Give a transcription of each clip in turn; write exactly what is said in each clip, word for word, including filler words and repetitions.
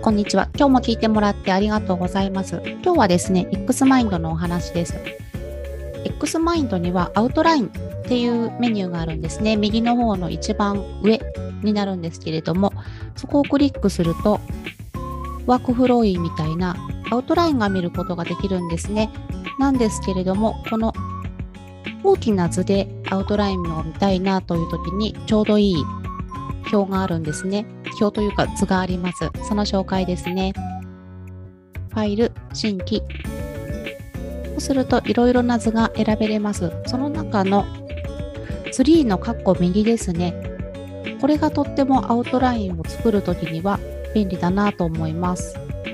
こんにちは。今日も聞いてもらってありがとうございます。今日はですね、X マインドのお話です。X マインドにはアウトラインっていうメニューがあるんですね。右の方の一番上になるんですけれども、そこをクリックするとワークフローインみたいなアウトラインが見ることができるんですね。なんですけれども、この大きな図でアウトラインを見たいなという時にちょうどいい表があるんですね。表というか図があります。その紹介ですね。ファイル、新規。そうするといろいろな図が選べれます。その中のツリーのカッコ右ですね。これがとってもアウトラインを作るときには便利だなと思います。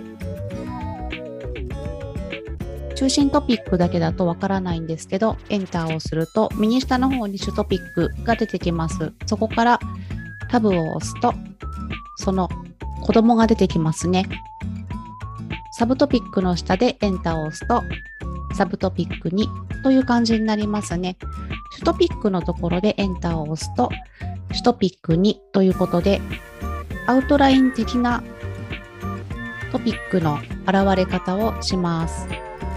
中心トピックだけだとわからないんですけど、エンターをすると右下の方に主トピックが出てきます。そこからタブを押すとその子供が出てきますね。サブトピックの下でエンターを押すとサブトピックにという感じになりますね。主トピックのところでエンターを押すと主トピックにということでアウトライン的なトピックの現れ方をします。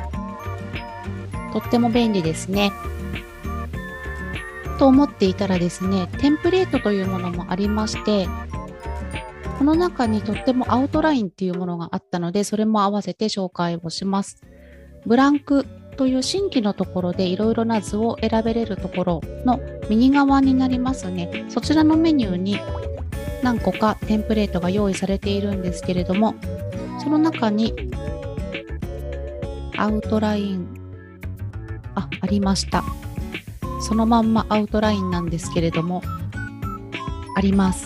とっても便利ですね。と思っていたらですね、テンプレートというものもありまして、この中にとってもアウトラインっていうものがあったので、それも合わせて紹介をします。ブランクという新規のところでいろいろな図を選べれるところの右側になりますね。そちらのメニューに何個かテンプレートが用意されているんですけれども、その中にアウトライン、あ、ありました。そのまんまアウトラインなんですけれども、あります。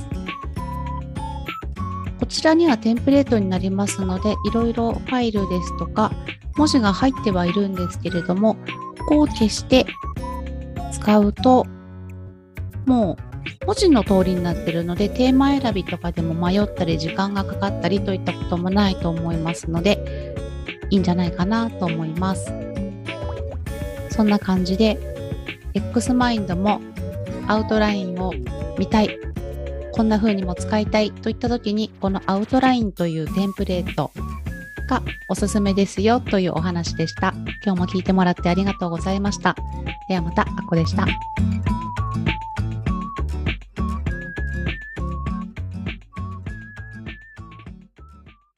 こちらにはテンプレートになりますので、いろいろファイルですとか文字が入ってはいるんですけれども、ここを消して使うともう文字の通りになっているので、テーマ選びとかでも迷ったり時間がかかったりといったこともないと思いますので、いいんじゃないかなと思います。そんな感じで X マインドもアウトラインを見たい、こんな風にも使いたいといった時に、このアウトラインというテンプレートがおすすめですよというお話でした。今日も聞いてもらってありがとうございました。ではまた、あこでした。